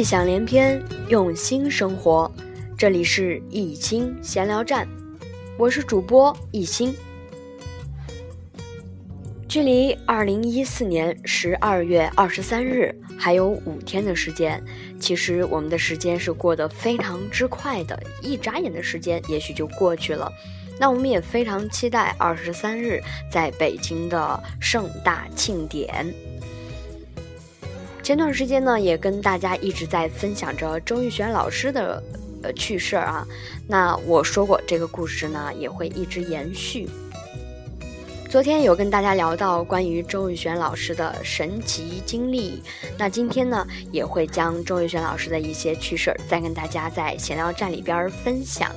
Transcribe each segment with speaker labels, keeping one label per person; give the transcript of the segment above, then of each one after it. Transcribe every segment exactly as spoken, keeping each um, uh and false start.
Speaker 1: 想连篇，用心生活。这里是易清闲聊站，我是主播易清。距离二零一四年十二月二十三日还有五天的时间，其实我们的时间是过得非常之快的，一眨眼的时间也许就过去了。那我们也非常期待二十三日在北京的盛大庆典。前段时间呢，也跟大家一直在分享着周玉璇老师的呃趣事啊。那我说过这个故事呢，也会一直延续。昨天有跟大家聊到关于周玉璇老师的神奇经历，那今天呢，也会将周玉璇老师的一些趣事再跟大家在闲聊站里边分享。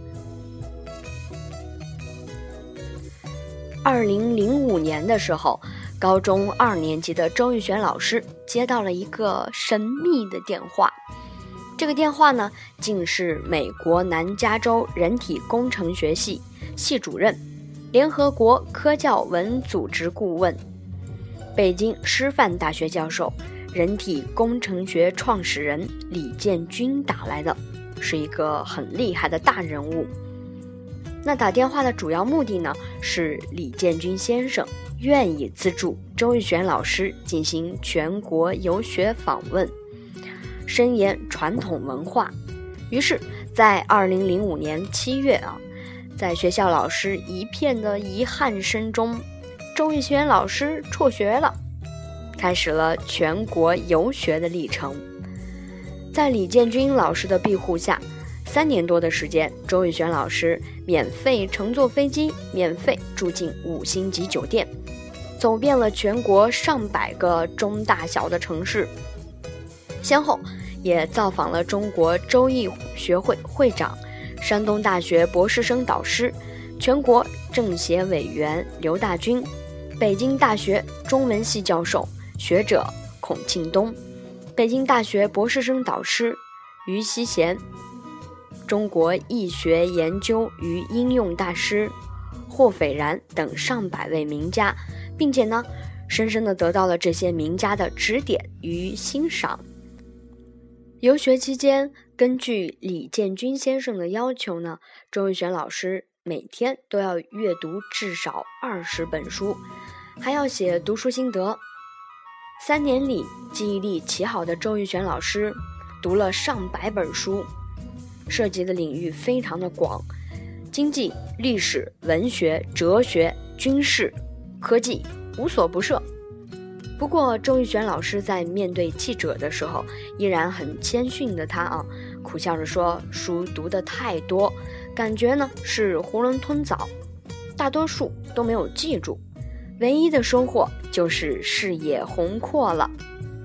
Speaker 1: 二零零五年的时候，高中二年级的周玉璇老师接到了一个神秘的电话。这个电话呢，竟是美国南加州人体工程学系系主任、联合国科教文组织顾问、北京师范大学教授、人体工程学创始人李建军打来的，是一个很厉害的大人物。那打电话的主要目的呢，是李建军先生愿意资助周玉璇老师进行全国游学访问，深研传统文化。于是在二零零五年七月啊，在学校老师一片的遗憾声中，周玉璇老师辍学了，开始了全国游学的历程。在李建军老师的庇护下，三年多的时间，周玉璇老师免费乘坐飞机，免费住进五星级酒店，走遍了全国上百个中大小的城市，先后也造访了中国周易学会会长、山东大学博士生导师、全国政协委员刘大军、北京大学中文系教授、学者孔庆东、北京大学博士生导师于希贤、中国易学研究与应用大师霍斐然等上百位名家，并且呢，深深地得到了这些名家的指点与欣赏。游学期间，根据李建军先生的要求呢，周玉璇老师每天都要阅读至少二十本书，还要写读书心得。三年里，记忆力极好的周玉璇老师读了上百本书，涉及的领域非常的广，经济、历史、文学、哲学、军事、科技无所不涉。不过周玉璇老师在面对记者的时候，依然很谦逊的他啊，苦笑着说，书读得太多，感觉呢是囫囵吞枣，大多数都没有记住，唯一的收获就是视野宏阔了。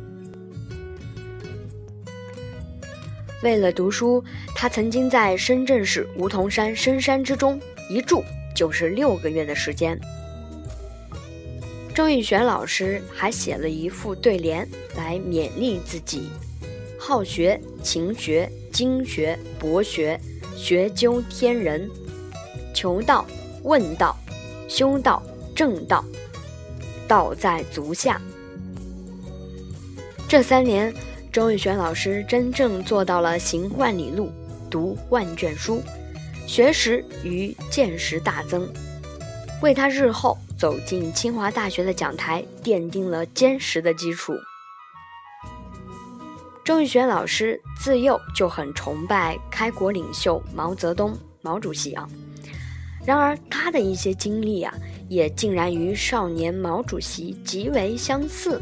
Speaker 1: 为了读书，他曾经在深圳市梧桐山深山之中一住就是六个月的时间。周玉璇老师还写了一副对联来勉励自己：好学、勤学、经学、博学，学究天人，求道、问道、修道、正道，道在足下。这三年，周玉璇老师真正做到了行万里路，读万卷书，学识与见识大增，为他日后走进清华大学的讲台奠定了坚实的基础。周玉璇老师自幼就很崇拜开国领袖毛泽东毛主席啊，然而他的一些经历啊，也竟然与少年毛主席极为相似。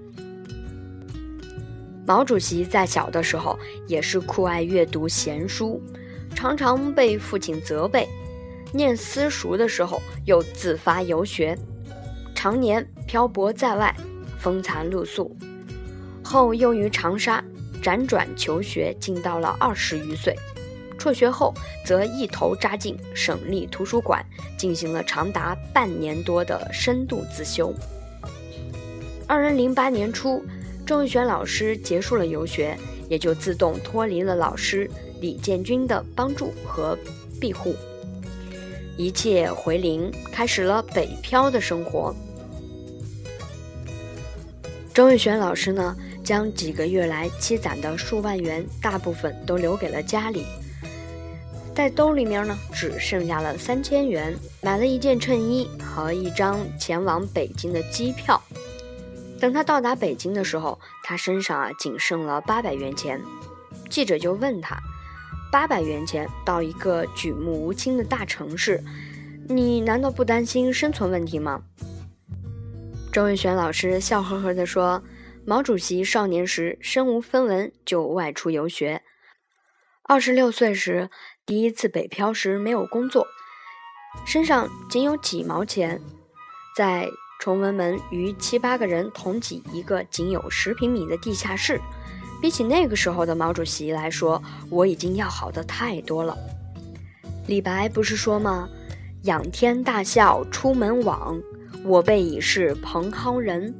Speaker 1: 毛主席在小的时候也是酷爱阅读闲书，常常被父亲责备，念私塾的时候又自发游学，常年漂泊在外，风餐露宿，后又于长沙辗转求学，竟到了二十余岁，辍学后则一头扎进省立图书馆，进行了长达半年多的深度自修。二零零八年初，周玉璇老师结束了游学，也就自动脱离了老师李建军的帮助和庇护，一切回零，开始了北漂的生活。周玉璇老师呢， 将几个月来积攒的数万元大部分都留给了家里，在兜里面呢只剩下了三千元，买了一件衬衣和一张前往北京的机票。等他到达北京的时候，他身上啊仅剩了八百元钱。记者就问他，八百元钱到一个举目无亲的大城市，你难道不担心生存问题吗？周玉璇老师笑呵呵地说，毛主席少年时身无分文就外出游学，二十六岁时第一次北漂时没有工作，身上仅有几毛钱，在崇文门与七八个人同挤一个仅有十平米的地下室，比起那个时候的毛主席来说，我已经要好的太多了。李白不是说吗？仰天大笑出门往，我辈已是蓬蒿人。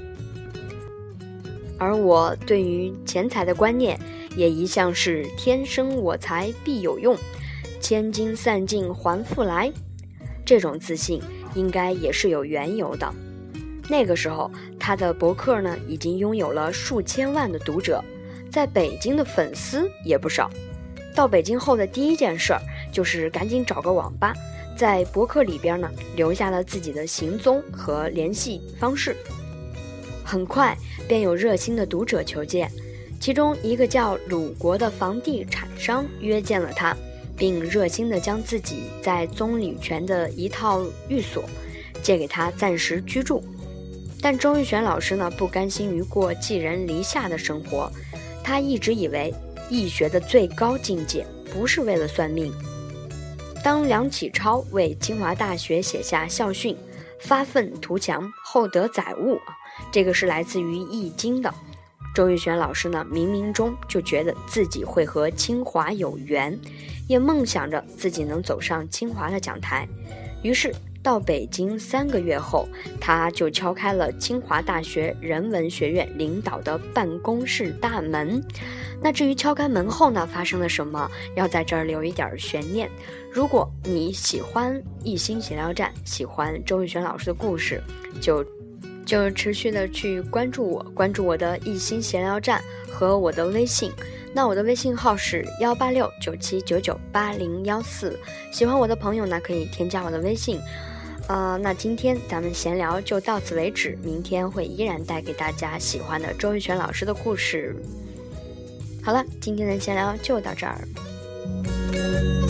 Speaker 1: 而我对于钱财的观念也一向是天生我材必有用，千金散尽还复来，这种自信应该也是有缘由的。那个时候他的博客呢已经拥有了数千万的读者，在北京的粉丝也不少。到北京后的第一件事儿就是赶紧找个网吧，在博客里边呢留下了自己的行踪和联系方式。很快便有热心的读者求见，其中一个叫鲁国的房地产商约见了他，并热心地将自己在棕榈泉的一套寓所借给他暂时居住。但周玉璇老师呢，不甘心于过寄人篱下的生活，他一直以为易学的最高境界不是为了算命。当梁启超为清华大学写下校训发愤图强，厚德载物，这个是来自于易经的。周玉璇老师呢，冥冥中就觉得自己会和清华有缘，也梦想着自己能走上清华的讲台。于是到北京三个月后，他就敲开了清华大学人文学院领导的办公室大门。那至于敲开门后呢发生了什么，要在这儿留一点悬念。如果你喜欢一心闲聊站，喜欢周玉璇老师的故事，就就持续的去关注我，关注我的一心闲聊站和我的微信。那我的微信号是幺八六九七九九八零幺四，喜欢我的朋友呢可以添加我的微信。呃，那今天咱们闲聊就到此为止，明天会依然带给大家喜欢的周玉璇老师的故事。好了，今天的闲聊就到这儿。